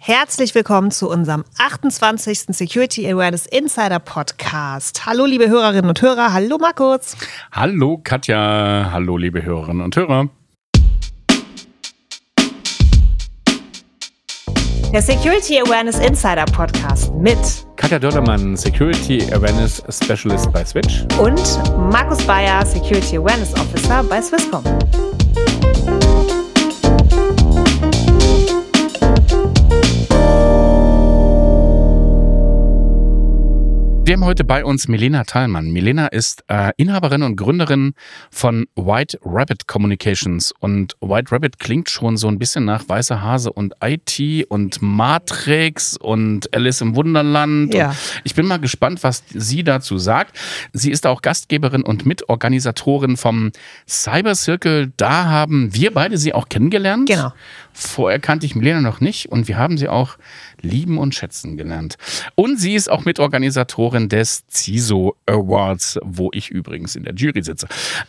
Herzlich willkommen zu unserem 28. Security Awareness Insider Podcast. Hallo liebe Hörerinnen und Hörer, hallo Markus. Hallo Katja, hallo liebe Hörerinnen und Hörer. Der Security Awareness Insider Podcast mit Katja Dördermann, Security Awareness Specialist bei Switch. Und Markus Bayer, Security Awareness Officer bei Swisscom. Wir haben heute bei uns Milena Thalmann. Milena ist Inhaberin und Gründerin von White Rabbit Communications. Und White Rabbit klingt schon so ein bisschen nach Weißer Hase und IT und Matrix und Alice im Wunderland. Ja. Und ich bin mal gespannt, was sie dazu sagt. Sie ist auch Gastgeberin und Mitorganisatorin vom Cyber Circle. Da haben wir beide sie auch kennengelernt. Genau. Vorher kannte ich Milena noch nicht und wir haben sie auch lieben und schätzen gelernt. Und sie ist auch Mitorganisatorin des CISO Awards, wo ich übrigens in der Jury sitze.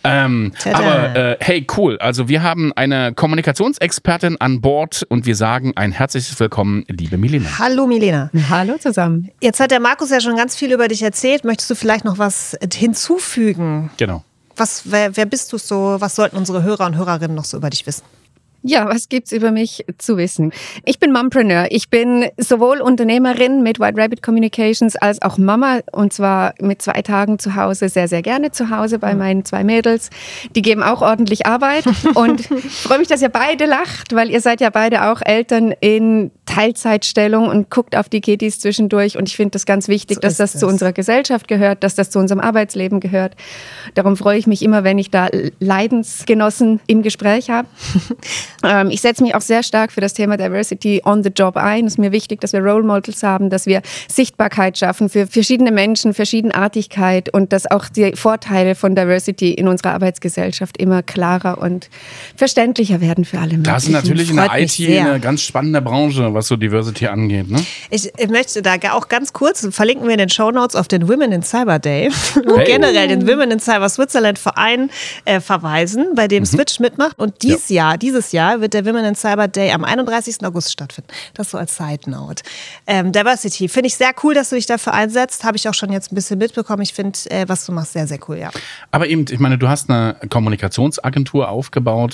Aber hey, cool. Also wir haben eine Kommunikationsexpertin an Bord und wir sagen ein herzliches Willkommen, liebe Milena. Hallo Milena. Hallo zusammen. Jetzt hat der Markus ja schon ganz viel über dich erzählt. Möchtest du vielleicht noch was hinzufügen? Genau. Wer bist du so? Was sollten unsere Hörer und Hörerinnen noch so über dich wissen? Ja, was gibt's über mich zu wissen? Ich bin Mompreneur. Ich bin sowohl Unternehmerin mit White Rabbit Communications als auch Mama, und zwar mit 2 Tagen zu Hause, sehr, sehr gerne zu Hause bei meinen 2 Mädels. Die geben auch ordentlich Arbeit und freue mich, dass ihr beide lacht, weil ihr seid ja beide auch Eltern in Teilzeitstellung und guckt auf die Kiddies zwischendurch, und ich finde das ganz wichtig, So dass das ist zu es. unserer Gesellschaft gehört, dass das zu unserem Arbeitsleben gehört. Darum freue ich mich immer, wenn ich da Leidensgenossen im Gespräch habe. Ich setze mich auch sehr stark für das Thema Diversity on the Job ein. Es ist mir wichtig, dass wir Role Models haben, dass wir Sichtbarkeit schaffen für verschiedene Menschen, Verschiedenartigkeit, und dass auch die Vorteile von Diversity in unserer Arbeitsgesellschaft immer klarer und verständlicher werden für alle Menschen. Das ist natürlich in der Freut mich IT sehr. eine ganz spannende Branche, was so Diversity angeht, ne? Ich möchte da auch ganz kurz, verlinken wir in den Shownotes auf den Women in Cyber Day und generell den Women in Cyber Switzerland Verein verweisen, bei dem Switch mitmacht. Und dieses Jahr wird der Women in Cyber Day am 31. August stattfinden. Das so als Side Note. Diversity, finde ich sehr cool, dass du dich dafür einsetzt. Habe ich auch schon jetzt ein bisschen mitbekommen. Ich finde, was du machst, sehr, sehr cool, ja. Aber eben, ich meine, du hast eine Kommunikationsagentur aufgebaut.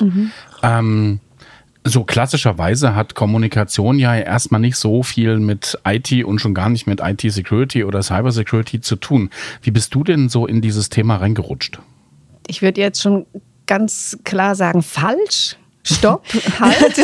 So klassischerweise hat Kommunikation ja erstmal nicht so viel mit IT und schon gar nicht mit IT-Security oder Cyber-Security zu tun. Wie bist du denn so in dieses Thema reingerutscht? Ich würde jetzt schon ganz klar sagen, falsch. Stopp, halt.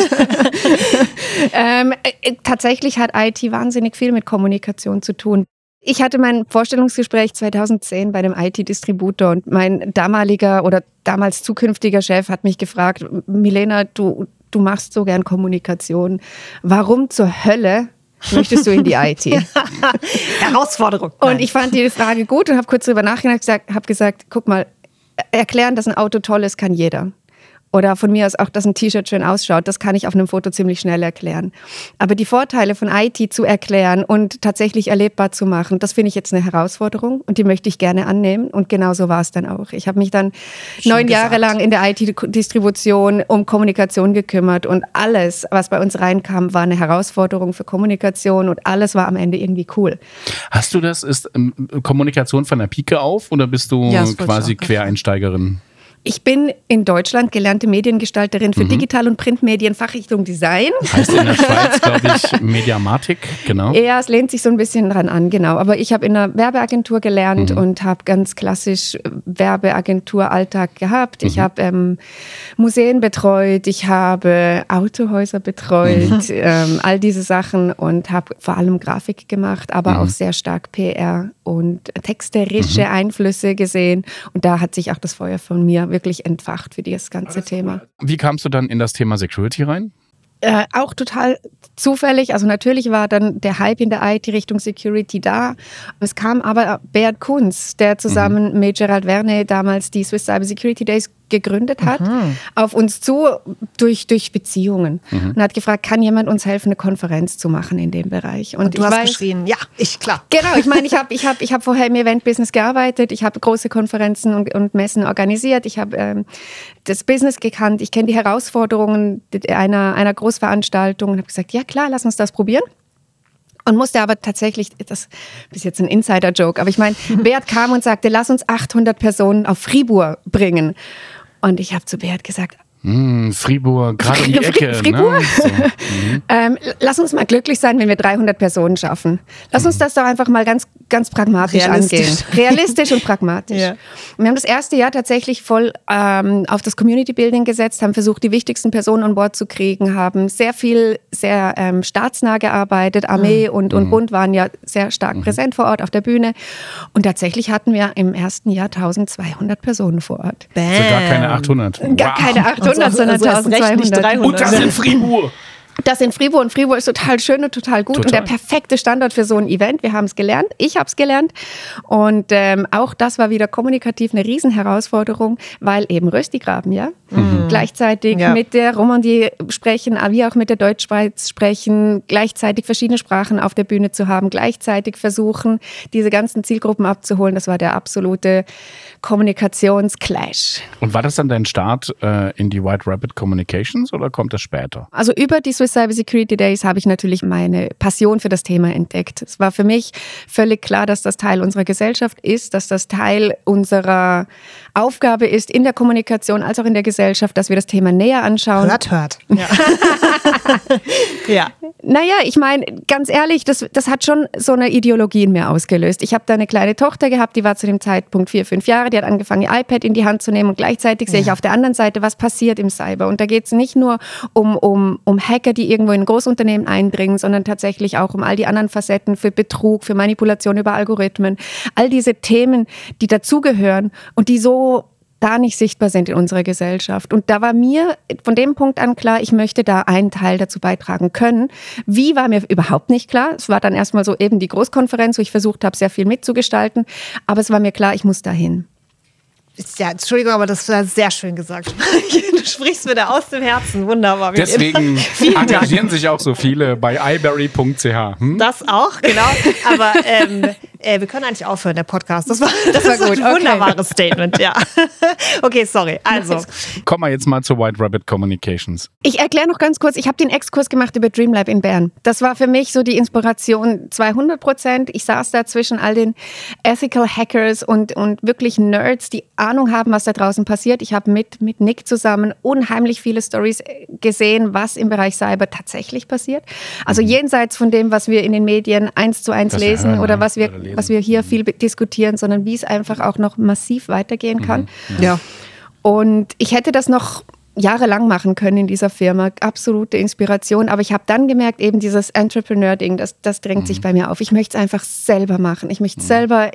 Tatsächlich hat IT wahnsinnig viel mit Kommunikation zu tun. Ich hatte mein Vorstellungsgespräch 2010 bei dem IT-Distributor, und mein damaliger oder damals zukünftiger Chef hat mich gefragt: Milena, du machst so gern Kommunikation. Warum zur Hölle möchtest du in die IT? Herausforderung. Und ich fand die Frage gut und habe kurz drüber nachgedacht, habe gesagt, guck mal, erklären, dass ein Auto toll ist, kann jeder. Oder von mir aus auch, dass ein T-Shirt schön ausschaut. Das kann ich auf einem Foto ziemlich schnell erklären. Aber die Vorteile von IT zu erklären und tatsächlich erlebbar zu machen, das finde ich jetzt eine Herausforderung, und die möchte ich gerne annehmen. Und genau so war es dann auch. Ich habe mich dann 9 Jahre lang in der IT-Distribution um Kommunikation gekümmert, und alles, was bei uns reinkam, war eine Herausforderung für Kommunikation, und alles war am Ende irgendwie cool. Ist Kommunikation von der Pike auf oder bist du Ja, das wollte ich quasi auch gerade Quereinsteigerin? Ich bin in Deutschland gelernte Mediengestalterin für Digital- und Printmedien, Fachrichtung Design. Heißt in der Schweiz, glaube ich, Mediamatik, genau. Ja, es lehnt sich so ein bisschen dran an, genau. Aber ich habe in einer Werbeagentur gelernt und habe ganz klassisch Werbeagentur-Alltag gehabt. Ich habe Museen betreut, ich habe Autohäuser betreut, all diese Sachen, und habe vor allem Grafik gemacht, aber auch sehr stark PR und texterische Einflüsse gesehen. Und da hat sich auch das Feuer von mir wirklich entfacht für dieses ganze Thema. Wie kamst du dann in das Thema Security rein? Auch total zufällig. Also natürlich war dann der Hype in der IT Richtung Security da. Es kam aber Beat Kunz, der zusammen mit Gerald Verne damals die Swiss Cyber Security Days gegründet hat, auf uns zu durch Beziehungen. Und hat gefragt, kann jemand uns helfen, eine Konferenz zu machen in dem Bereich? Und du hast geschrien, ja, klar. Genau, ich meine, ich hab vorher im Event-Business gearbeitet, ich habe große Konferenzen und Messen organisiert, ich habe das Business gekannt, ich kenne die Herausforderungen einer Großveranstaltung und habe gesagt, ja klar, lass uns das probieren. Und musste aber tatsächlich, das ist jetzt ein Insider-Joke, aber ich meine, Beat kam und sagte, lass uns 800 Personen auf Fribourg bringen. Und ich habe zu Beat gesagt, Fribourg, gerade um die Ecke. Fribourg? Ne? So. Lass uns mal glücklich sein, wenn wir 300 Personen schaffen. Lass uns das doch einfach mal ganz, ganz pragmatisch angehen. Realistisch und pragmatisch. Ja. Und wir haben das erste Jahr tatsächlich voll auf das Community Building gesetzt, haben versucht, die wichtigsten Personen an Bord zu kriegen, haben sehr staatsnah gearbeitet. Armee und Bund waren ja sehr stark präsent vor Ort auf der Bühne. Und tatsächlich hatten wir im ersten Jahr 1200 Personen vor Ort. Bam. Also gar keine 800. Gar keine 800. Sondern 1200. Und das in Fribourg. Das in Fribourg. Und Fribourg ist total schön und total gut. Total. Und der perfekte Standort für so ein Event. Wir haben es gelernt. Ich habe es gelernt. Und auch das war wieder kommunikativ eine Riesenherausforderung, weil eben Röstigraben, ja. Gleichzeitig mit der Romandie sprechen, wie auch mit der Deutschschweiz sprechen, gleichzeitig verschiedene Sprachen auf der Bühne zu haben, gleichzeitig versuchen, diese ganzen Zielgruppen abzuholen. Das war der absolute Kommunikationsclash. Und war das dann dein Start in die White Rabbit Communications oder kommt das später? Also über die Swiss Cyber Security Days habe ich natürlich meine Passion für das Thema entdeckt. Es war für mich völlig klar, dass das Teil unserer Gesellschaft ist, dass das Teil unserer Aufgabe ist, in der Kommunikation als auch in der Gesellschaft, dass wir das Thema näher anschauen. Hört. Ja. Ja. Naja, ich meine, ganz ehrlich, das hat schon so eine Ideologie in mir ausgelöst. Ich habe da eine kleine Tochter gehabt, die war zu dem Zeitpunkt 4, 5 Jahre, die hat angefangen, ihr iPad in die Hand zu nehmen und gleichzeitig sehe ich auf der anderen Seite, was passiert im Cyber. Und da geht es nicht nur um Hacker, die irgendwo in ein Großunternehmen eindringen, sondern tatsächlich auch um all die anderen Facetten für Betrug, für Manipulation über Algorithmen. All diese Themen, die dazugehören und die so gar nicht sichtbar sind in unserer Gesellschaft. Und da war mir von dem Punkt an klar, ich möchte da einen Teil dazu beitragen können. Wie, war mir überhaupt nicht klar. Es war dann erstmal so eben die Großkonferenz, wo ich versucht habe, sehr viel mitzugestalten. Aber es war mir klar, ich muss dahin. Ja, Entschuldigung, aber das war sehr schön gesagt. Du sprichst mir da aus dem Herzen. Wunderbar. Deswegen engagieren sich auch so viele bei iberry.ch. Das auch, genau. Aber wir können eigentlich aufhören, der Podcast. Das war gut. Ein wunderbares Statement, ja. Okay, sorry. Also. Kommen wir jetzt mal zu White Rabbit Communications. Ich erkläre noch ganz kurz, ich habe den Exkurs gemacht über DreamLab in Bern. Das war für mich so die Inspiration 200%. Ich saß da zwischen all den Ethical Hackers und wirklich Nerds, die Ahnung haben, was da draußen passiert. Ich habe mit Nick zusammen unheimlich viele Stories gesehen, was im Bereich Cyber tatsächlich passiert. Also jenseits von dem, was wir in den Medien 1:1 lesen oder was wir hier viel diskutieren, sondern wie es einfach auch noch massiv weitergehen kann. Ja. Und ich hätte das noch jahrelang machen können in dieser Firma. Absolute Inspiration. Aber ich habe dann gemerkt, eben dieses Entrepreneur-Ding, das drängt sich bei mir auf. Ich möchte es einfach selber machen. Ich möchte selber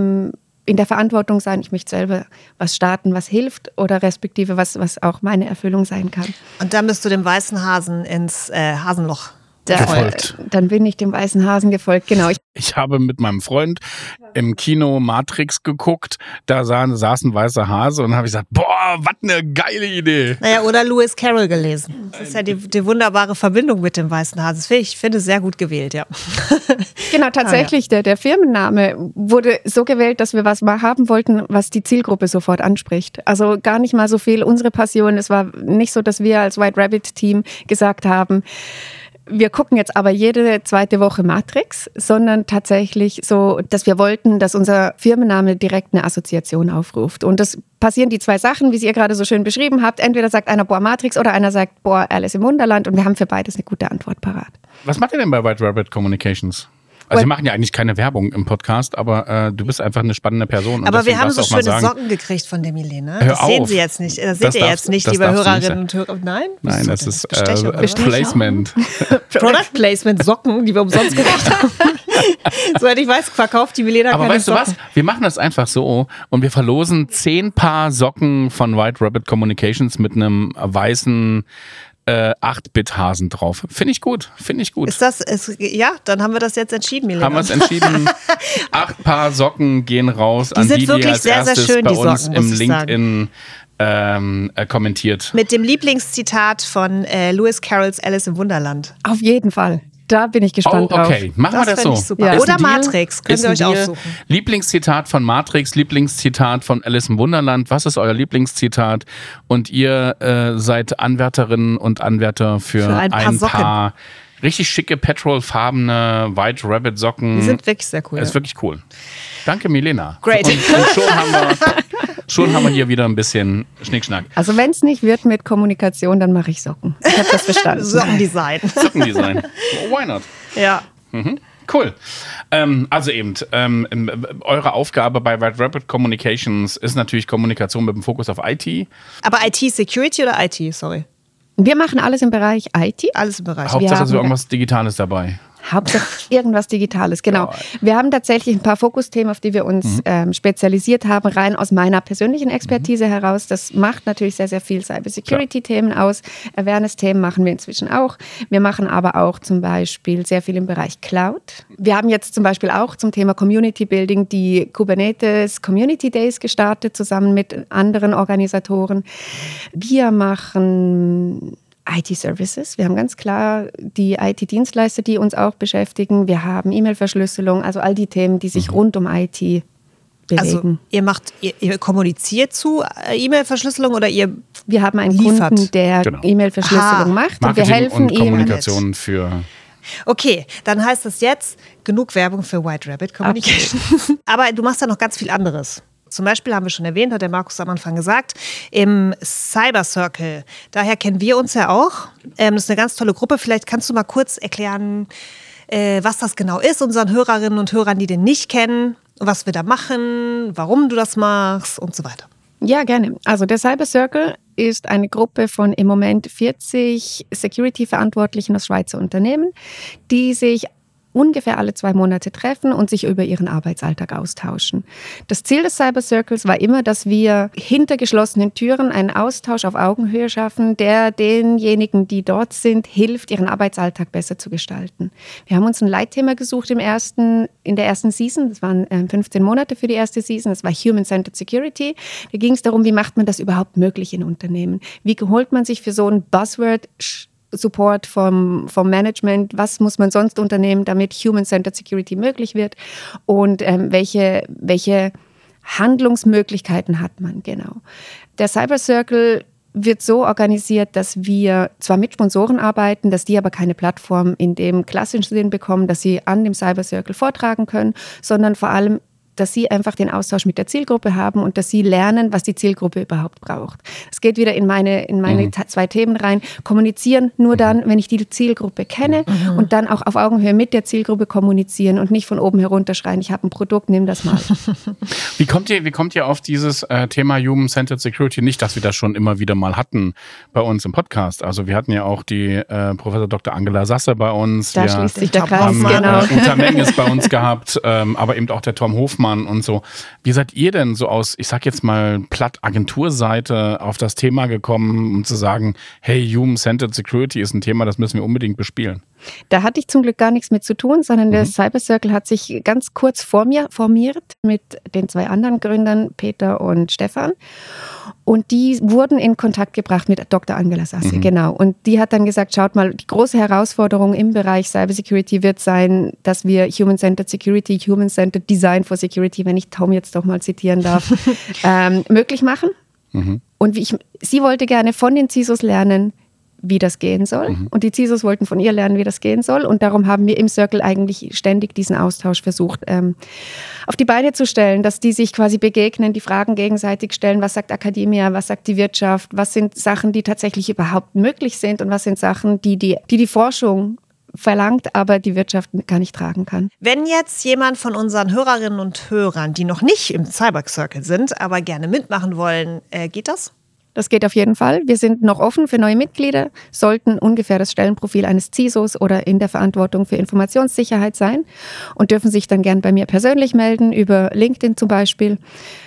in der Verantwortung sein, ich möchte selber was starten, was hilft oder respektive was auch meine Erfüllung sein kann. Und dann bist du dem weißen Hasen ins Hasenloch gefolgt. Dann bin ich dem weißen Hasen gefolgt, genau. Ich habe mit meinem Freund im Kino Matrix geguckt, da saß ein weißer Hase und habe ich gesagt, boah, was eine geile Idee. Naja, oder Lewis Carroll gelesen. Das ist ja die wunderbare Verbindung mit dem weißen Hasen. Ich finde, sehr gut gewählt, ja. Genau, tatsächlich, der Firmenname wurde so gewählt, dass wir was mal haben wollten, was die Zielgruppe sofort anspricht. Also gar nicht mal so viel unsere Passion. Es war nicht so, dass wir als White Rabbit Team gesagt haben, wir gucken jetzt aber jede zweite Woche Matrix, sondern tatsächlich so, dass wir wollten, dass unser Firmenname direkt eine Assoziation aufruft. Und das passieren die zwei Sachen, wie Sie ihr gerade so schön beschrieben habt. Entweder sagt einer, boah, Matrix, oder einer sagt, boah, Alice im Wunderland. Und wir haben für beides eine gute Antwort parat. Was macht ihr denn bei White Rabbit Communications? Also wir machen ja eigentlich keine Werbung im Podcast, aber du bist einfach eine spannende Person. Aber wir haben so schöne Socken gekriegt von der Milena. Das sehen Sie jetzt nicht. Das seht ihr jetzt nicht, liebe Hörerinnen und Hörer. Nein? Nein, das ist Placement. Product Placement, Socken, die wir umsonst gekriegt haben. Soweit ich weiß, verkauft die Milena keine Socken. Aber weißt du was? Wir machen das einfach so und wir verlosen 10 Paar Socken von White Rabbit Communications mit einem weißen 8-Bit-Hasen drauf. Finde ich gut. Ist das, ja, dann haben wir das jetzt entschieden, Milena. Haben wir es entschieden. 8 Paar Socken gehen raus an die als sehr, erstes sehr schön, bei die uns Socken, im LinkedIn kommentiert. Mit dem Lieblingszitat von Lewis Carrolls Alice im Wunderland. Auf jeden Fall. Da bin ich gespannt drauf. Okay, machen wir das so. Super. Ja. Oder Matrix, könnt ihr euch Deal? aussuchen. Lieblingszitat von Matrix, Lieblingszitat von Alice im Wunderland. Was ist euer Lieblingszitat? Und ihr seid Anwärterinnen und Anwärter für ein paar richtig schicke, petrolfarbene White Rabbit Socken. Die sind wirklich sehr cool. Das ist wirklich cool. Danke, Milena. Great. Und schon haben wir hier wieder ein bisschen Schnickschnack. Also wenn es nicht wird mit Kommunikation, dann mache ich Socken. Ich habe das verstanden. Sockendesign. Sockendesign. Why not? Ja. Cool. Also eben, eure Aufgabe bei White Rabbit Communications ist natürlich Kommunikation mit dem Fokus auf IT. Aber IT-Security oder IT, sorry? Wir machen alles im Bereich IT. Alles im Bereich. Hauptsache so irgendwas Digitales dabei. Hauptsächlich irgendwas Digitales, genau. Wir haben tatsächlich ein paar Fokusthemen, auf die wir uns spezialisiert haben, rein aus meiner persönlichen Expertise heraus. Das macht natürlich sehr, sehr viel Cybersecurity-Themen aus. Awareness-Themen machen wir inzwischen auch. Wir machen aber auch zum Beispiel sehr viel im Bereich Cloud. Wir haben jetzt zum Beispiel auch zum Thema Community Building die Kubernetes Community Days gestartet, zusammen mit anderen Organisatoren. Wir machen IT-Services. Wir haben ganz klar die IT-Dienstleister, die uns auch beschäftigen. Wir haben E-Mail-Verschlüsselung, also all die Themen, die sich rund um IT bewegen. Also ihr kommuniziert zu E-Mail-Verschlüsselung oder ihr Wir haben einen liefert. Kunden, der E-Mail-Verschlüsselung macht und wir Marketing helfen und ihm. Kommunikation für... Okay, dann heißt das jetzt genug Werbung für White Rabbit Communication. Aber du machst ja noch ganz viel anderes. Zum Beispiel haben wir schon erwähnt, hat der Markus am Anfang gesagt, im Cyber Circle. Daher kennen wir uns ja auch. Das ist eine ganz tolle Gruppe. Vielleicht kannst du mal kurz erklären, was das genau ist, unseren Hörerinnen und Hörern, die den nicht kennen, was wir da machen, warum du das machst und so weiter. Ja, gerne. Also der Cyber Circle ist eine Gruppe von im Moment 40 Security-Verantwortlichen aus Schweizer Unternehmen, die sich ungefähr alle 2 Monate treffen und sich über ihren Arbeitsalltag austauschen. Das Ziel des Cyber Circles war immer, dass wir hinter geschlossenen Türen einen Austausch auf Augenhöhe schaffen, der denjenigen, die dort sind, hilft, ihren Arbeitsalltag besser zu gestalten. Wir haben uns ein Leitthema gesucht in der ersten Season. Das waren 15 Monate für die erste Season. Das war Human-Centered Security. Da ging es darum, wie macht man das überhaupt möglich in Unternehmen? Wie holt man sich für so ein Buzzword Support vom Management, was muss man sonst unternehmen, damit Human-Centered Security möglich wird und welche Handlungsmöglichkeiten hat man, genau. Der Cyber Circle wird so organisiert, dass wir zwar mit Sponsoren arbeiten, dass die aber keine Plattform in dem klassischen Sinn bekommen, dass sie an dem Cyber Circle vortragen können, sondern vor allem dass sie einfach den Austausch mit der Zielgruppe haben und dass sie lernen, was die Zielgruppe überhaupt braucht. Es geht wieder in meine 2 Themen rein. Kommunizieren nur dann, wenn ich die Zielgruppe kenne und dann auch auf Augenhöhe mit der Zielgruppe kommunizieren und nicht von oben herunter schreien, ich habe ein Produkt, nimm das mal. Wie kommt ihr auf dieses Thema Human-Centered Security? Nicht, dass wir das schon immer wieder mal hatten bei uns im Podcast. Also wir hatten ja auch die Professor Dr. Angela Sasse bei uns. Da schließt sich der Kreis, haben, genau. Uta Menges bei uns gehabt, aber eben auch der Tom Hofmann und so. Wie seid ihr denn so aus, ich sag jetzt mal platt Agenturseite auf das Thema gekommen, um zu sagen, hey, Human-Centered Security ist ein Thema, das müssen wir unbedingt bespielen? Da hatte ich zum Glück gar nichts mit zu tun, sondern der Cyber Circle hat sich ganz kurz vor mir formiert mit den 2 anderen Gründern, Peter und Stefan. Und die wurden in Kontakt gebracht mit Dr. Angela Sasse, genau. Und die hat dann gesagt, schaut mal, die große Herausforderung im Bereich Cybersecurity wird sein, dass wir Human-Centered Security, Human-Centered Design for Security, wenn ich Tom jetzt doch mal zitieren darf, möglich machen. Und sie wollte gerne von den CISOs lernen, wie das gehen soll. Und die CISOs wollten von ihr lernen, wie das gehen soll. Und darum haben wir im Circle eigentlich ständig diesen Austausch versucht, auf die Beine zu stellen, dass die sich quasi begegnen, die Fragen gegenseitig stellen, was sagt Akademie, was sagt die Wirtschaft, was sind Sachen, die tatsächlich überhaupt möglich sind und was sind Sachen, die Forschung verlangt, aber die Wirtschaft gar nicht tragen kann. Wenn jetzt jemand von unseren Hörerinnen und Hörern, die noch nicht im Cyber Circle sind, aber gerne mitmachen wollen, geht das? Das geht auf jeden Fall. Wir sind noch offen für neue Mitglieder, sollten ungefähr das Stellenprofil eines CISOs oder in der Verantwortung für Informationssicherheit sein und dürfen sich dann gern bei mir persönlich melden, über LinkedIn zum Beispiel.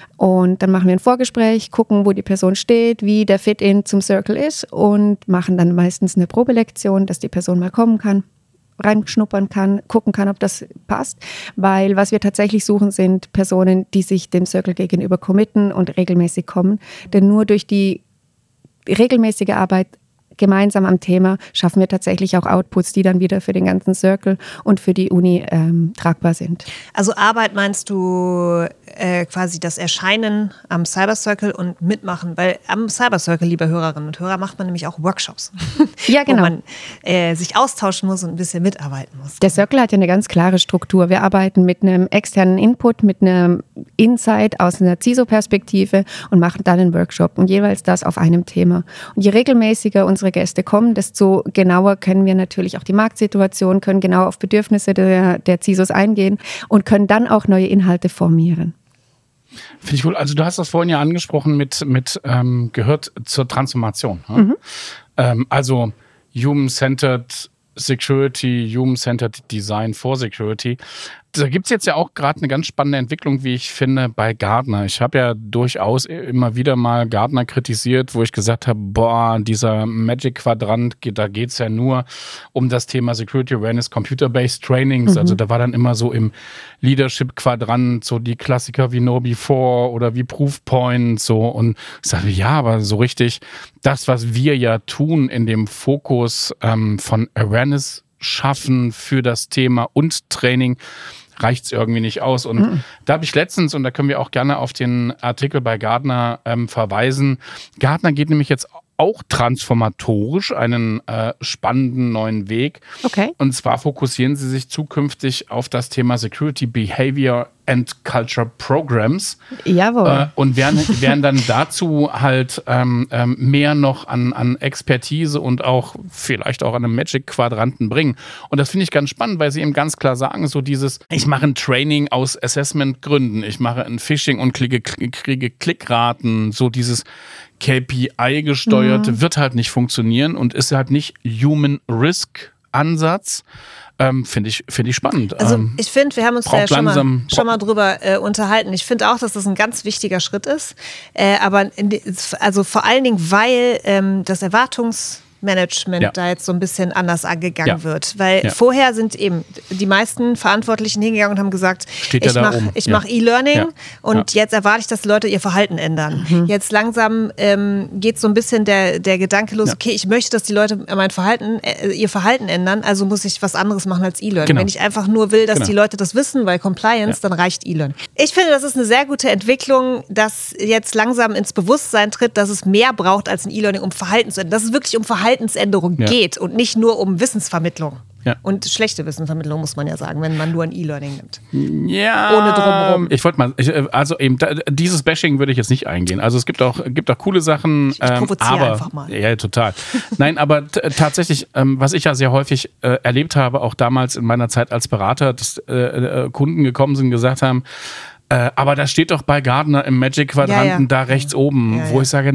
Und dann machen wir ein Vorgespräch, gucken, wo die Person steht, wie der Fit-in zum Circle ist und machen dann meistens eine Probelektion, dass die Person mal kommen kann. reinschnuppern kann, gucken kann, ob das passt. Weil was wir tatsächlich suchen, sind Personen, die sich dem Circle gegenüber committen und regelmäßig kommen. Denn nur durch die regelmäßige Arbeit gemeinsam am Thema schaffen wir tatsächlich auch Outputs, die dann wieder für den ganzen Circle und für die Uni tragbar sind. Also Arbeit meinst du quasi das Erscheinen am Cyber Circle und mitmachen, weil am Cyber Circle, liebe Hörerinnen und Hörer, macht man nämlich auch Workshops, ja, genau. wo man sich austauschen muss und ein bisschen mitarbeiten muss. Der Circle hat ja eine ganz klare Struktur. Wir arbeiten mit einem externen Input, mit einem Insight aus einer CISO-Perspektive und machen dann einen Workshop und jeweils das auf einem Thema. Und je regelmäßiger unsere Gäste kommen, desto genauer können wir natürlich auch die Marktsituation, können genau auf Bedürfnisse der CISOs eingehen und können dann auch neue Inhalte formieren. Finde ich cool. Also du hast das vorhin ja angesprochen gehört zur Transformation. Ne? Also Human-Centered Security, Human-Centered Design for Security. Da gibt es jetzt ja auch gerade eine ganz spannende Entwicklung, wie ich finde, bei Gartner. Ich habe ja durchaus immer wieder mal Gartner kritisiert, wo ich gesagt habe, dieser Magic-Quadrant, da geht es ja nur um das Thema Security Awareness, Computer-Based Trainings. Also da war dann immer so im Leadership-Quadrant so die Klassiker wie KnowBe4 oder wie Proofpoint so. Und ich sage, ja, aber so richtig das, was wir ja tun in dem Fokus von Awareness schaffen für das Thema und Training, reicht es irgendwie nicht aus. Und da habe ich letztens, und da können wir auch gerne auf den Artikel bei Gartner verweisen, Gartner geht nämlich jetzt auch transformatorisch einen spannenden neuen Weg. Okay. Und zwar fokussieren sie sich zukünftig auf das Thema Security Behavior and Culture Programs. Jawohl. Und werden dann dazu halt mehr noch an Expertise und auch vielleicht auch an einem Magic-Quadranten bringen. Und das finde ich ganz spannend, weil sie eben ganz klar sagen, so dieses, ich mache ein Training aus Assessment-Gründen, ich mache ein Phishing und kriege Klickraten, so dieses KPI-gesteuerte wird halt nicht funktionieren und ist halt nicht Human-Risk-Ansatz. Finde ich spannend. Also ich finde, wir haben uns da ja schon mal drüber unterhalten. Ich finde auch, dass das ein ganz wichtiger Schritt ist. Aber also vor allen Dingen, weil das Erwartungsmanagement da jetzt so ein bisschen anders angegangen wird. Weil vorher sind eben die meisten Verantwortlichen hingegangen und haben gesagt, ich mache E-Learning und jetzt erwarte ich, dass die Leute ihr Verhalten ändern. Jetzt langsam geht so ein bisschen der Gedanke los, okay, ich möchte, dass die Leute ihr Verhalten ändern, also muss ich was anderes machen als E-Learning. Genau. Wenn ich einfach nur will, dass die Leute das wissen, weil Compliance, dann reicht E-Learning. Ich finde, das ist eine sehr gute Entwicklung, dass jetzt langsam ins Bewusstsein tritt, dass es mehr braucht als ein E-Learning, um Verhalten zu ändern. Dass es wirklich um Verhaltensänderung geht und nicht nur um Wissensvermittlung. Ja. Und schlechte Wissensvermittlung, muss man ja sagen, wenn man nur ein E-Learning nimmt. Ja. Ohne drumherum. Also eben, dieses Bashing würde ich jetzt nicht eingehen. Also es gibt auch coole Sachen. Ich provoziere einfach mal. Ja, total. Nein, aber tatsächlich, was ich ja sehr häufig erlebt habe, auch damals in meiner Zeit als Berater, dass Kunden gekommen sind und gesagt haben, aber das steht doch bei Gartner im Magic-Quadranten da rechts oben, wo ich sage,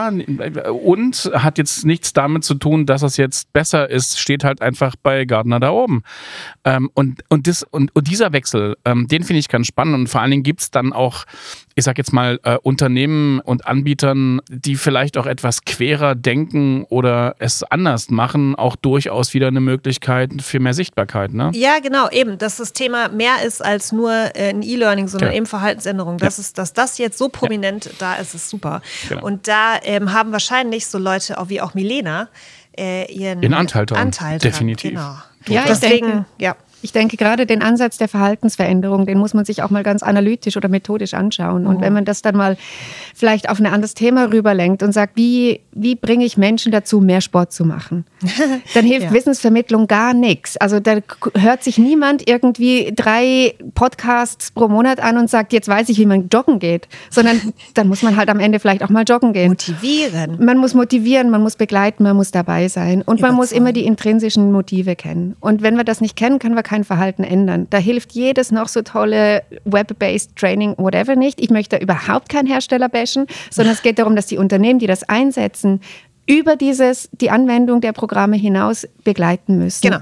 und hat jetzt nichts damit zu tun, dass es jetzt besser ist, steht halt einfach bei Gartner da oben. Und dieser Wechsel, den finde ich ganz spannend und vor allen Dingen gibt es dann auch, ich sag jetzt mal, Unternehmen und Anbietern, die vielleicht auch etwas querer denken oder es anders machen, auch durchaus wieder eine Möglichkeit für mehr Sichtbarkeit, ne? Ja, genau, eben, dass das Thema mehr ist als nur ein E-Learning, sondern eben Verhaltensänderung. Dass das jetzt so prominent da ist, ist super. Genau. Und da haben wahrscheinlich so Leute wie auch Milena ihren Anteil dran. Definitiv. Genau. Ja, ich denke, gerade den Ansatz der Verhaltensveränderung, den muss man sich auch mal ganz analytisch oder methodisch anschauen. Und wenn man das dann mal vielleicht auf ein anderes Thema rüberlenkt und sagt, wie bringe ich Menschen dazu, mehr Sport zu machen, dann hilft Wissensvermittlung gar nichts. Also da hört sich niemand irgendwie 3 Podcasts pro Monat an und sagt, jetzt weiß ich, wie man joggen geht. Sondern dann muss man halt am Ende vielleicht auch mal joggen gehen. Motivieren. Man muss motivieren, man muss begleiten, man muss dabei sein. Und man muss immer die intrinsischen Motive kennen. Und wenn wir das nicht kennen, können wir kein Verhalten ändern. Da hilft jedes noch so tolle Web-based Training, whatever nicht. Ich möchte überhaupt keinen Hersteller bashen, sondern es geht darum, dass die Unternehmen, die das einsetzen, über die Anwendung der Programme hinaus begleiten müssen. Genau.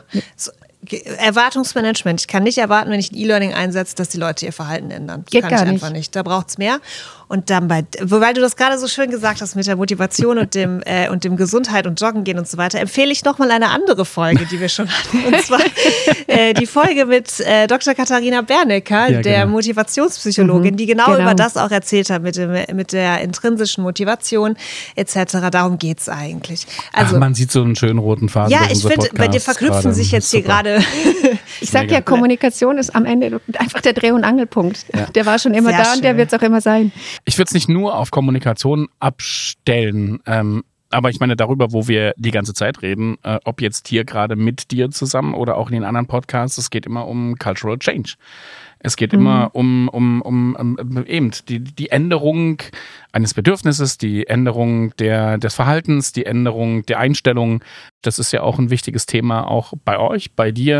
Erwartungsmanagement. Ich kann nicht erwarten, wenn ich ein E-Learning einsetze, dass die Leute ihr Verhalten ändern. Das Geht kann gar ich einfach nicht. Da braucht es mehr. Und dann weil du das gerade so schön gesagt hast mit der Motivation und dem Gesundheit und Joggen gehen und so weiter, empfehle ich nochmal eine andere Folge, die wir schon hatten. Und zwar die Folge mit Dr. Katharina Bernecker, der Motivationspsychologin, die genau über das auch erzählt hat, mit der intrinsischen Motivation etc. Darum geht es eigentlich. Also, man sieht so einen schönen roten Faden. Ja, ich finde, bei dir verknüpfen sich jetzt hier gerade. Ich sage ja, Kommunikation ist am Ende einfach der Dreh- und Angelpunkt. Ja. Der war schon immer da und der wird es auch immer sein. Ich würde es nicht nur auf Kommunikation abstellen, aber ich meine darüber, wo wir die ganze Zeit reden, ob jetzt hier gerade mit dir zusammen oder auch in den anderen Podcasts, es geht immer um Cultural Change. Es geht immer um eben die Änderung eines Bedürfnisses, die Änderung des Verhaltens, die Änderung der Einstellung. Das ist ja auch ein wichtiges Thema auch bei euch, bei dir.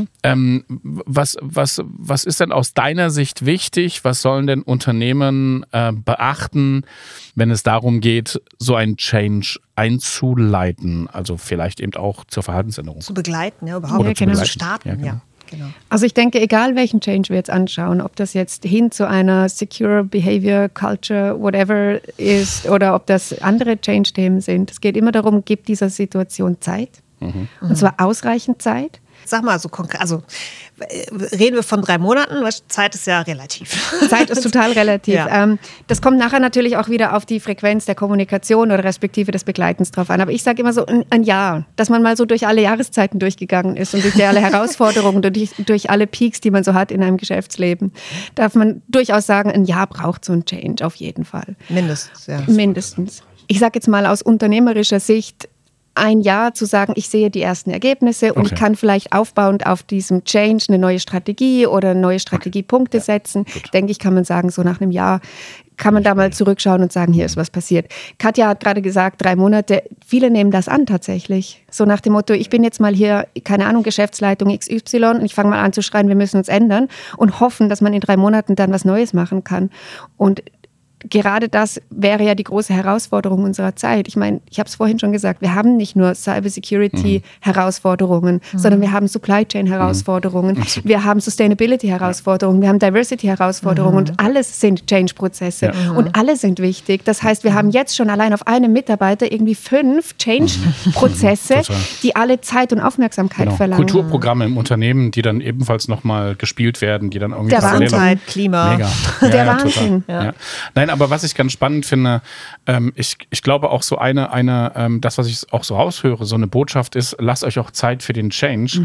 Was ist denn aus deiner Sicht wichtig? Was sollen denn Unternehmen beachten, wenn es darum geht, so einen Change einzuleiten? Also vielleicht eben auch zur Verhaltensänderung. Zu begleiten, ja, überhaupt. Oder zu starten, ja. Genau. Also ich denke, egal welchen Change wir jetzt anschauen, ob das jetzt hin zu einer Secure Behavior, Culture, whatever ist oder ob das andere Change-Themen sind, es geht immer darum, gib dieser Situation Zeit. Und zwar ausreichend Zeit. Sag mal so konkret, also reden wir von 3 Monaten, Zeit ist ja relativ. Zeit ist total relativ. Ja. Das kommt nachher natürlich auch wieder auf die Frequenz der Kommunikation oder respektive des Begleitens drauf an. Aber ich sage immer so ein Jahr, dass man mal so durch alle Jahreszeiten durchgegangen ist und durch alle Herausforderungen, durch alle Peaks, die man so hat in einem Geschäftsleben, darf man durchaus sagen, ein Jahr braucht so ein Change auf jeden Fall. Mindestens, ja. Mindestens. Ich sage jetzt mal aus unternehmerischer Sicht, ein Jahr zu sagen, ich sehe die ersten Ergebnisse und ich kann vielleicht aufbauend auf diesem Change eine neue Strategie oder neue Strategiepunkte setzen. Denke ich, kann man sagen, so nach einem Jahr kann man da mal zurückschauen und sagen, hier ist was passiert. Katja hat gerade gesagt, 3 Monate. Viele nehmen das an tatsächlich. So nach dem Motto, ich bin jetzt mal hier, keine Ahnung, Geschäftsleitung XY und ich fange mal an zu schreien, wir müssen uns ändern und hoffen, dass man in 3 Monaten dann was Neues machen kann. Und gerade das wäre ja die große Herausforderung unserer Zeit. Ich meine, ich habe es vorhin schon gesagt, wir haben nicht nur Cybersecurity-Herausforderungen, sondern wir haben Supply Chain-Herausforderungen, wir haben Sustainability-Herausforderungen, wir haben Diversity-Herausforderungen und alles sind Change-Prozesse und alle sind wichtig. Das heißt, wir haben jetzt schon allein auf einem Mitarbeiter irgendwie 5 Change-Prozesse, die alle Zeit und Aufmerksamkeit verlangen. Kulturprogramme im Unternehmen, die dann ebenfalls nochmal gespielt werden, die dann irgendwie Gesundheit, Klima. Mega. Der Wahnsinn. Ja. Nein, aber was ich ganz spannend finde, ich glaube auch so das, was ich auch so raushöre, so eine Botschaft ist, lasst euch auch Zeit für den Change.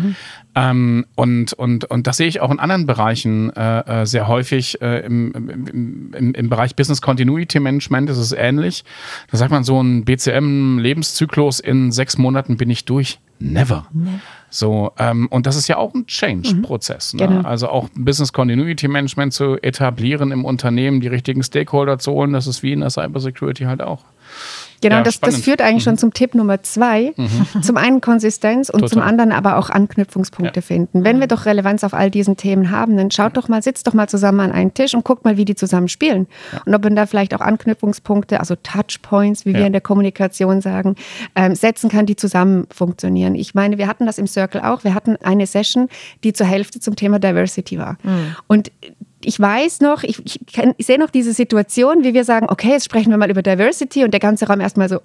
Und das sehe ich auch in anderen Bereichen sehr häufig. Im Bereich Business Continuity Management ist es ähnlich. Da sagt man, so ein BCM-Lebenszyklus in 6 Monaten bin ich durch. Never. So, und das ist ja auch ein Change-Prozess. Ne? Genau. Also auch Business Continuity Management zu etablieren im Unternehmen, die richtigen Stakeholder zu holen, das ist wie in der Cybersecurity halt auch. Genau, Ja, das führt eigentlich schon zum Tipp Nummer 2. Zum einen Konsistenz und zum anderen aber auch Anknüpfungspunkte finden. Wenn wir doch Relevanz auf all diesen Themen haben, dann sitzt doch mal zusammen an einen Tisch und guckt mal, wie die zusammen spielen. Und ob man da vielleicht auch Anknüpfungspunkte, also Touchpoints, wie wir in der Kommunikation sagen, setzen kann, die zusammen funktionieren. Ich meine, wir hatten das im Circle auch. Wir hatten eine Session, die zur Hälfte zum Thema Diversity war. Und ich weiß noch, ich sehe noch diese Situation, wie wir sagen, okay, jetzt sprechen wir mal über Diversity und der ganze Raum erstmal so,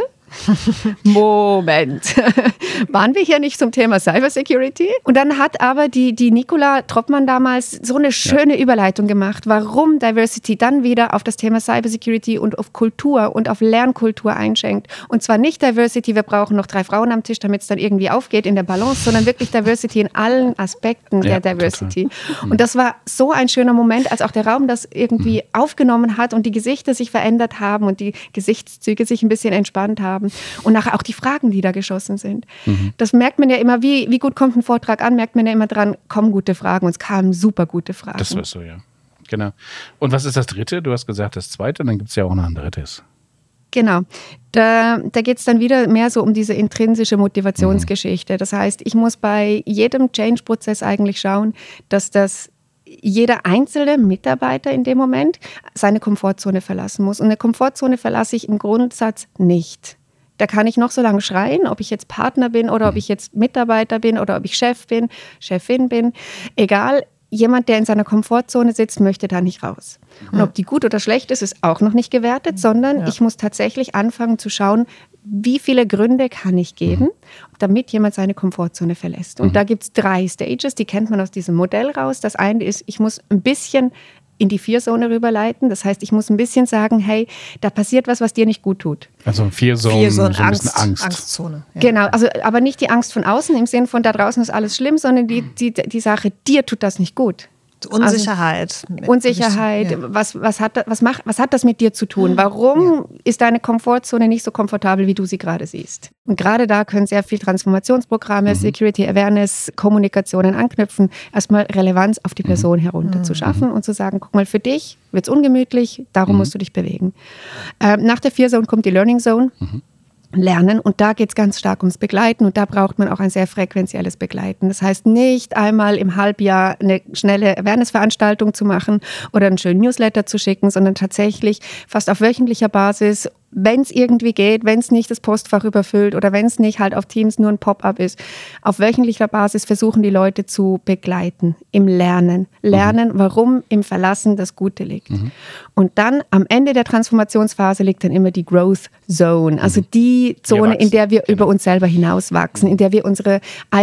Moment, waren wir hier nicht zum Thema Cybersecurity? Und dann hat aber die Nicola Troppmann damals so eine schöne Überleitung gemacht, warum Diversity dann wieder auf das Thema Cybersecurity und auf Kultur und auf Lernkultur einschenkt. Und zwar nicht Diversity, wir brauchen noch 3 Frauen am Tisch, damit es dann irgendwie aufgeht in der Balance, sondern wirklich Diversity in allen Aspekten der Diversity. Und das war so ein schöner Moment, als auch der Raum das irgendwie aufgenommen hat und die Gesichter sich verändert haben und die Gesichtszüge sich ein bisschen entspannt haben. Und nachher auch die Fragen, die da geschossen sind. Das merkt man ja immer, wie gut kommt ein Vortrag an, merkt man ja immer dran, kommen gute Fragen. Und es kamen super gute Fragen. Das war so, ja. Genau. Und was ist das dritte? Du hast gesagt, das zweite, dann gibt es ja auch noch ein drittes. Genau. Da geht es dann wieder mehr so um diese intrinsische Motivationsgeschichte. Das heißt, ich muss bei jedem Change-Prozess eigentlich schauen, dass jeder einzelne Mitarbeiter in dem Moment seine Komfortzone verlassen muss. Und eine Komfortzone verlasse ich im Grundsatz nicht. Da kann ich noch so lange schreien, ob ich jetzt Partner bin oder ob ich jetzt Mitarbeiter bin oder ob ich Chef bin, Chefin bin. Egal, jemand, der in seiner Komfortzone sitzt, möchte da nicht raus. Und ob die gut oder schlecht ist auch noch nicht gewertet, sondern ich muss tatsächlich anfangen zu schauen, wie viele Gründe kann ich geben, damit jemand seine Komfortzone verlässt. Und da gibt es 3 Stages, die kennt man aus diesem Modell raus. Das eine ist, ich muss ein bisschen in die Fear-Zone rüberleiten. Das heißt, ich muss ein bisschen sagen, hey, da passiert was dir nicht gut tut. Also Fear-Zone, so ein bisschen Angst. Angstzone. Ja. Genau, also aber nicht die Angst von außen im Sinne von da draußen ist alles schlimm, sondern die Sache, dir tut das nicht gut. Unsicherheit. Also, Unsicherheit, ja. Was hat das mit dir zu tun? Warum ist deine Komfortzone nicht so komfortabel, wie du sie gerade siehst? Und gerade da können sehr viel Transformationsprogramme, Security Awareness, Kommunikationen anknüpfen, erstmal Relevanz auf die Person herunter zu schaffen und zu sagen, guck mal, für dich wird es ungemütlich, darum musst du dich bewegen. Nach der Fear-Zone kommt die Learning Zone. Lernen und da geht es ganz stark ums Begleiten und da braucht man auch ein sehr frequenzielles Begleiten. Das heißt, nicht einmal im Halbjahr eine schnelle Awareness-Veranstaltung zu machen oder einen schönen Newsletter zu schicken, sondern tatsächlich fast auf wöchentlicher Basis, wenn es irgendwie geht, wenn es nicht das Postfach überfüllt oder wenn es nicht halt auf Teams nur ein Pop-up ist, auf wöchentlicher Basis versuchen die Leute zu begleiten im Lernen. Lernen, warum im Verlassen das Gute liegt. Und dann am Ende der Transformationsphase liegt dann immer die Growth Zone, also die Zone, in der wir über uns selber hinauswachsen, in der wir unseren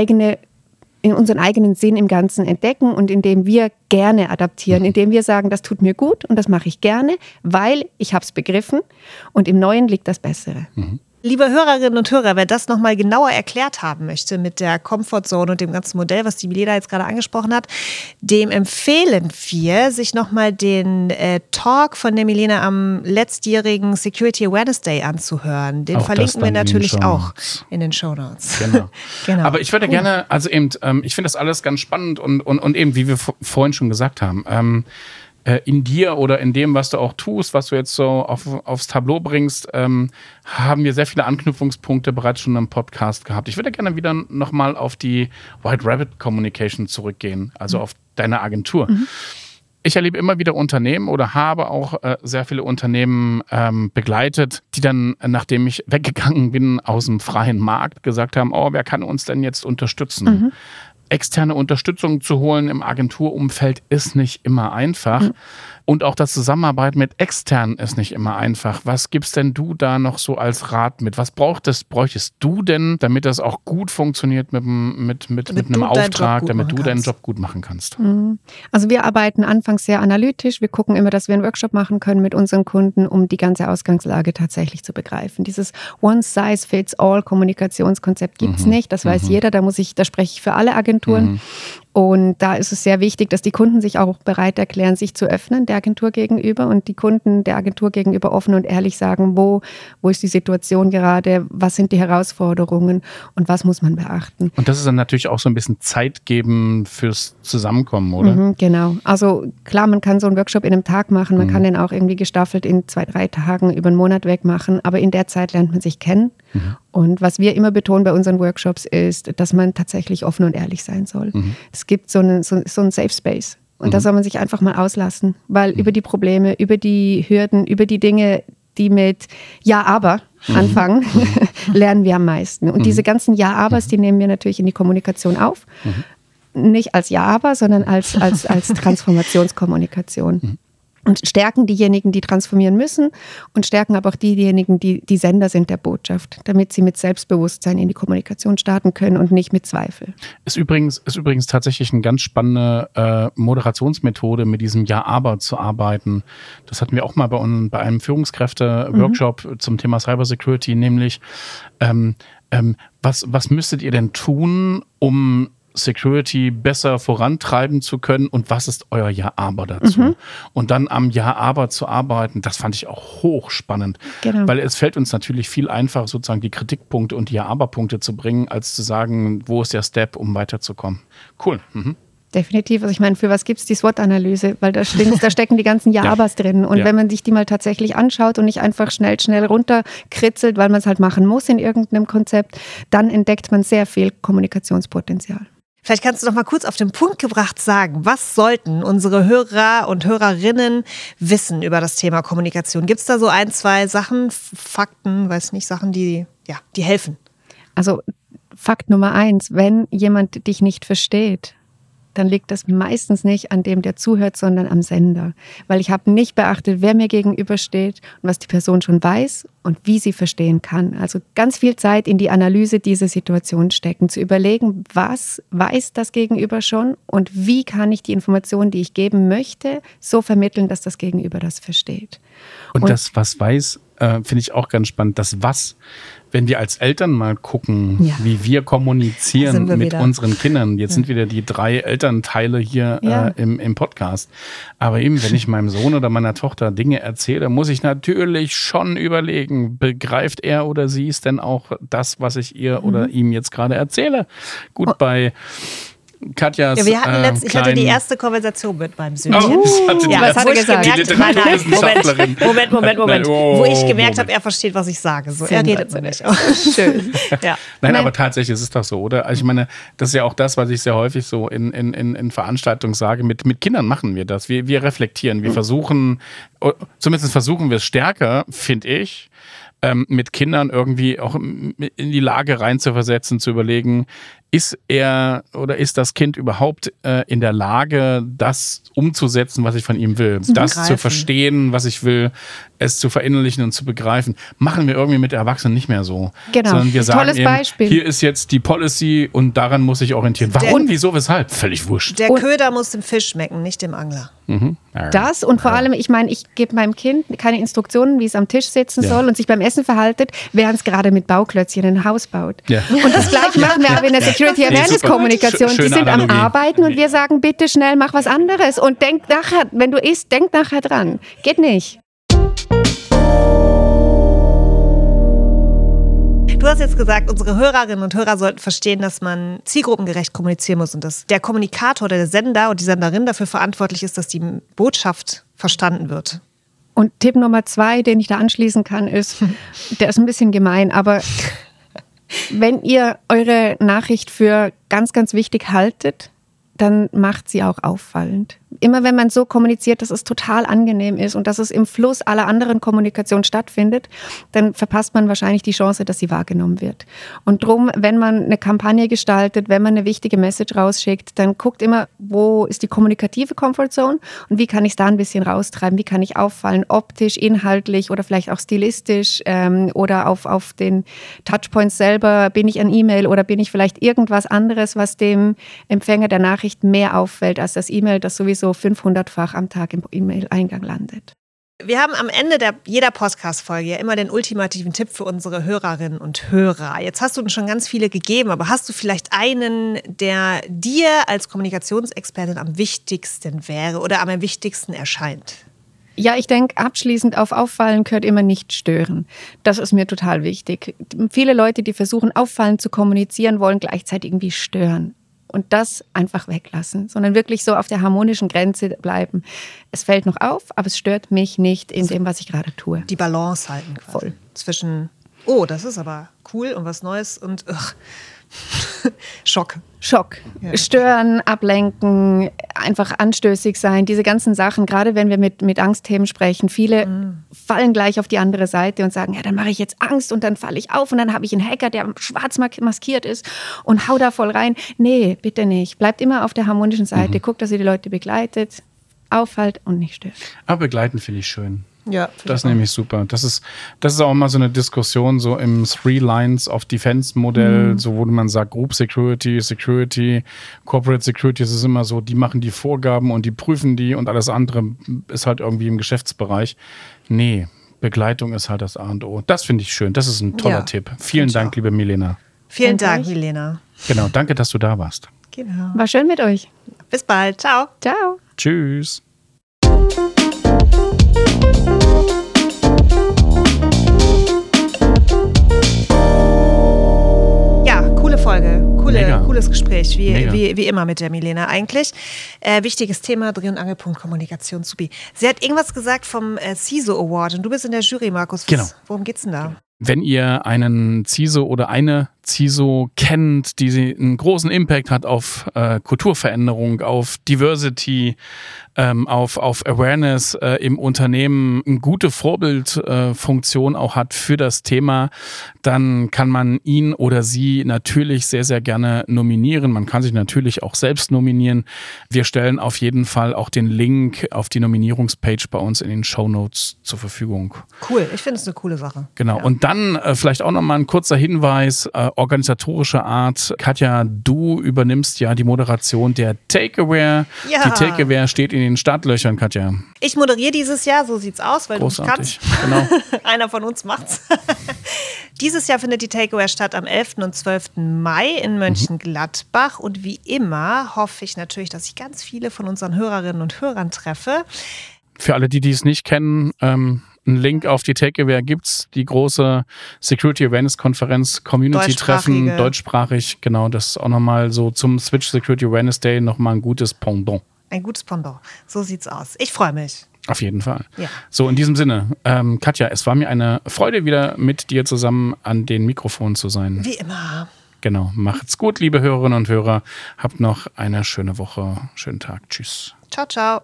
eigenen Sinn im Ganzen entdecken und indem wir gerne adaptieren, indem wir sagen, das tut mir gut und das mache ich gerne, weil ich habe es begriffen und im Neuen liegt das Bessere. Liebe Hörerinnen und Hörer, wer das nochmal genauer erklärt haben möchte mit der Comfortzone und dem ganzen Modell, was die Milena jetzt gerade angesprochen hat, dem empfehlen wir, sich nochmal den Talk von der Milena am letztjährigen Security Awareness Day anzuhören. Den verlinken wir natürlich auch in den Shownotes. Genau. Aber ich würde gerne, also eben, ich finde das alles ganz spannend und eben, wie wir vorhin schon gesagt haben, in dir oder in dem, was du auch tust, was du jetzt so aufs Tableau bringst, haben wir sehr viele Anknüpfungspunkte bereits schon im Podcast gehabt. Ich würde gerne wieder nochmal auf die White Rabbit Communication zurückgehen, also auf deine Agentur. Ich erlebe immer wieder Unternehmen oder habe auch sehr viele Unternehmen begleitet, die dann, nachdem ich weggegangen bin aus dem freien Markt, gesagt haben, oh, wer kann uns denn jetzt unterstützen? Externe Unterstützung zu holen im Agenturumfeld ist nicht immer einfach. Und auch das Zusammenarbeiten mit Externen ist nicht immer einfach. Was gibst denn du da noch so als Rat mit? Was bräuchtest du denn, damit das auch gut funktioniert mit einem Auftrag, damit du deinen Job gut machen kannst? Also wir arbeiten anfangs sehr analytisch. Wir gucken immer, dass wir einen Workshop machen können mit unseren Kunden, um die ganze Ausgangslage tatsächlich zu begreifen. Dieses One-Size-Fits-All-Kommunikationskonzept gibt es nicht. Das weiß jeder. Da spreche ich für alle Agenturen. Und da ist es sehr wichtig, dass die Kunden sich auch bereit erklären, sich zu öffnen der Agentur gegenüber und die Kunden der Agentur gegenüber offen und ehrlich sagen, wo ist die Situation gerade, was sind die Herausforderungen und was muss man beachten. Und das ist dann natürlich auch so ein bisschen Zeit geben fürs Zusammenkommen, oder? Genau. Also klar, man kann so einen Workshop in einem Tag machen, man kann den auch irgendwie gestaffelt in 2-3 Tagen über einen Monat weg machen, aber in der Zeit lernt man sich kennen. Und was wir immer betonen bei unseren Workshops ist, dass man tatsächlich offen und ehrlich sein soll. Es gibt so einen Safe Space und da soll man sich einfach mal auslassen, weil über die Probleme, über die Hürden, über die Dinge, die mit Ja, aber anfangen, lernen wir am meisten. Und diese ganzen Ja-Abers, die nehmen wir natürlich in die Kommunikation auf. Nicht als Ja, aber, sondern als Transformationskommunikation. Und stärken diejenigen, die transformieren müssen und stärken aber auch diejenigen, die Sender sind der Botschaft, damit sie mit Selbstbewusstsein in die Kommunikation starten können und nicht mit Zweifel. Ist übrigens tatsächlich eine ganz spannende Moderationsmethode, mit diesem Ja-Aber zu arbeiten. Das hatten wir auch mal bei einem Führungskräfte-Workshop zum Thema Cybersecurity, nämlich was müsstet ihr denn tun, um Security besser vorantreiben zu können und was ist euer Ja-Aber dazu? Und dann am Ja-Aber zu arbeiten, das fand ich auch hochspannend, weil es fällt uns natürlich viel einfacher, sozusagen die Kritikpunkte und die Ja-Aber-Punkte zu bringen, als zu sagen, wo ist der Step, um weiterzukommen. Cool. Definitiv. Also ich meine, für was gibt es die SWOT-Analyse? Weil da stecken die ganzen Ja-Abers drin. Und wenn man sich die mal tatsächlich anschaut und nicht einfach schnell runterkritzelt, weil man es halt machen muss in irgendeinem Konzept, dann entdeckt man sehr viel Kommunikationspotenzial. Vielleicht kannst du noch mal kurz auf den Punkt gebracht sagen, was sollten unsere Hörer und Hörerinnen wissen über das Thema Kommunikation? Gibt es da so 1-2 Sachen, Fakten, Sachen, die helfen? Also Fakt Nummer 1, wenn jemand dich nicht versteht, dann liegt das meistens nicht an dem, der zuhört, sondern am Sender. Weil ich habe nicht beachtet, wer mir gegenübersteht und was die Person schon weiß und wie sie verstehen kann. Also ganz viel Zeit in die Analyse dieser Situation stecken, zu überlegen, was weiß das Gegenüber schon und wie kann ich die Informationen, die ich geben möchte, so vermitteln, dass das Gegenüber das versteht. Und das, was weiß, finde ich auch ganz spannend. Das was, wenn wir als Eltern mal gucken, wie wir kommunizieren mit unseren Kindern. Jetzt sind wieder die 3 Elternteile hier im Podcast. Aber eben, wenn ich meinem Sohn oder meiner Tochter Dinge erzähle, muss ich natürlich schon überlegen, begreift er oder sie es denn auch das, was ich ihr oder ihm jetzt gerade erzähle? Gut, bei Katjas ich hatte die erste Konversation mit meinem Söhnchen. Was hat er gesagt? Die Literaturwissenschaftlerin. Moment. Wo ich gemerkt habe, er versteht, was ich sage. So, er redet mit mich auch. Schön. Nein, aber tatsächlich ist es doch so, oder? Also ich meine, das ist ja auch das, was ich sehr häufig so in Veranstaltungen sage. Mit Kindern machen wir das. Wir reflektieren. Wir versuchen, zumindest versuchen wir es stärker, finde ich, mit Kindern irgendwie auch in die Lage reinzuversetzen, zu überlegen, ist er oder ist das Kind überhaupt in der Lage, das umzusetzen, was ich von ihm will? Das zu verstehen, was ich will, es zu verinnerlichen und zu begreifen. Machen wir irgendwie mit Erwachsenen nicht mehr so. Genau. Sondern wir sagen Tolles eben, Beispiel. Hier ist jetzt die Policy und daran muss ich orientieren. Warum, wieso, weshalb? Völlig wurscht. Der Köder muss dem Fisch schmecken, nicht dem Angler. Das und vor allem, ich meine, ich gebe meinem Kind keine Instruktionen, wie es am Tisch sitzen soll und sich beim Essen verhaltet, während es gerade mit Bauklötzchen ein Haus baut. Ja. Und das gleiche machen wir aber in der Security Awareness Kommunikation. Die sind am Arbeiten und wir sagen, bitte schnell, mach was anderes und denk nachher, wenn du isst, denk nachher dran. Geht nicht. Du hast jetzt gesagt, unsere Hörerinnen und Hörer sollten verstehen, dass man zielgruppengerecht kommunizieren muss und dass der Kommunikator oder der Sender und die Senderin dafür verantwortlich ist, dass die Botschaft verstanden wird. Und Tipp Nummer 2, den ich da anschließen kann, ist, der ist ein bisschen gemein, aber wenn ihr eure Nachricht für ganz, ganz wichtig haltet, dann macht sie auch auffallend. Immer wenn man so kommuniziert, dass es total angenehm ist und dass es im Fluss aller anderen Kommunikation stattfindet, dann verpasst man wahrscheinlich die Chance, dass sie wahrgenommen wird. Und drum, wenn man eine Kampagne gestaltet, wenn man eine wichtige Message rausschickt, dann guckt immer, wo ist die kommunikative Comfortzone und wie kann ich es da ein bisschen raustreiben, wie kann ich auffallen, optisch, inhaltlich oder vielleicht auch stilistisch oder auf den Touchpoints selber, bin ich ein E-Mail oder bin ich vielleicht irgendwas anderes, was dem Empfänger der Nachricht mehr auffällt als das E-Mail, das sowieso 500-fach am Tag im E-Mail-Eingang landet. Wir haben am Ende jeder Podcast-Folge ja immer den ultimativen Tipp für unsere Hörerinnen und Hörer. Jetzt hast du uns schon ganz viele gegeben, aber hast du vielleicht einen, der dir als Kommunikationsexpertin am wichtigsten wäre oder am wichtigsten erscheint? Ja, ich denke, abschließend auf Auffallen gehört immer nicht stören. Das ist mir total wichtig. Viele Leute, die versuchen, auffallend zu kommunizieren, wollen gleichzeitig irgendwie stören. Und das einfach weglassen, sondern wirklich so auf der harmonischen Grenze bleiben. Es fällt noch auf, aber es stört mich nicht in dem, was ich gerade tue. Die Balance halten quasi. Voll. Zwischen, oh, das ist aber cool und was Neues und Schock. Ja. Stören, ablenken, einfach anstößig sein, diese ganzen Sachen, gerade wenn wir mit Angstthemen sprechen, viele fallen gleich auf die andere Seite und sagen, ja, dann mache ich jetzt Angst und dann falle ich auf und dann habe ich einen Hacker, der schwarz maskiert ist und hau da voll rein. Nee, bitte nicht. Bleibt immer auf der harmonischen Seite, guckt, dass ihr die Leute begleitet, auffällt und nicht stört. Aber begleiten finde ich schön. Ja, das ist nämlich super. Das ist auch mal so eine Diskussion so im Three Lines of Defense Modell, so wo man sagt Group Security, Corporate Security, es ist immer so, die machen die Vorgaben und die prüfen die und alles andere ist halt irgendwie im Geschäftsbereich. Nee, Begleitung ist halt das A und O. Das finde ich schön. Das ist ein toller Tipp. Vielen Dank, liebe Milena. Vielen Dank, Milena. Genau, danke, dass du da warst. Genau. War schön mit euch. Bis bald. Ciao. Ciao. Tschüss. Ja, coole Folge. Cooles Gespräch, wie immer mit der Milena eigentlich. Wichtiges Thema, Dreh- und Angelpunkt Kommunikation, Supi. Sie hat irgendwas gesagt vom CISO Award und du bist in der Jury, Markus. Genau. Worum geht's denn da? Wenn ihr einen CISO oder eine CISO kennt, die einen großen Impact hat auf Kulturveränderung, auf Diversity, auf Awareness im Unternehmen, eine gute Vorbildfunktion auch hat für das Thema, dann kann man ihn oder sie natürlich sehr, sehr gerne nominieren. Man kann sich natürlich auch selbst nominieren. Wir stellen auf jeden Fall auch den Link auf die Nominierungspage bei uns in den Shownotes zur Verfügung. Cool, ich finde es eine coole Sache. Genau, ja. Und dann vielleicht auch nochmal ein kurzer Hinweis, organisatorischer Art. Katja, du übernimmst ja die Moderation der Take-Aware. Ja. Die Take-Aware steht in den Startlöchern, Katja. Ich moderiere dieses Jahr, so sieht's aus, weil großartig. Du kannst. Genau. Einer von uns macht's. Dieses Jahr findet die Take-Aware statt am 11. und 12. Mai in Mönchengladbach. Und wie immer hoffe ich natürlich, dass ich ganz viele von unseren Hörerinnen und Hörern treffe. Für alle, die es nicht kennen, einen Link auf die Take-Aware gibt's, die große Security Awareness Konferenz, Community-Treffen, deutschsprachig, genau, das ist auch nochmal so zum Switch Security Awareness Day nochmal ein gutes Pendant. Ein gutes Pendant, so sieht's aus. Ich freue mich. Auf jeden Fall. Ja. So, in diesem Sinne, Katja, es war mir eine Freude, wieder mit dir zusammen an den Mikrofonen zu sein. Wie immer. Genau, macht's gut, liebe Hörerinnen und Hörer. Habt noch eine schöne Woche, schönen Tag. Tschüss. Ciao, ciao.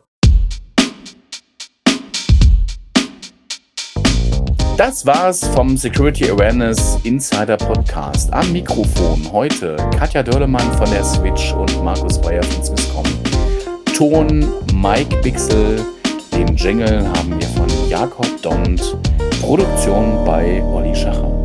Das war's vom Security Awareness Insider Podcast. Am Mikrofon heute Katja Dörlemann von der Switch und Markus Bayer von Swisscom. Ton Mike Bixel, den Jingle haben wir von Jakob Dont, Produktion bei Olli Schacher.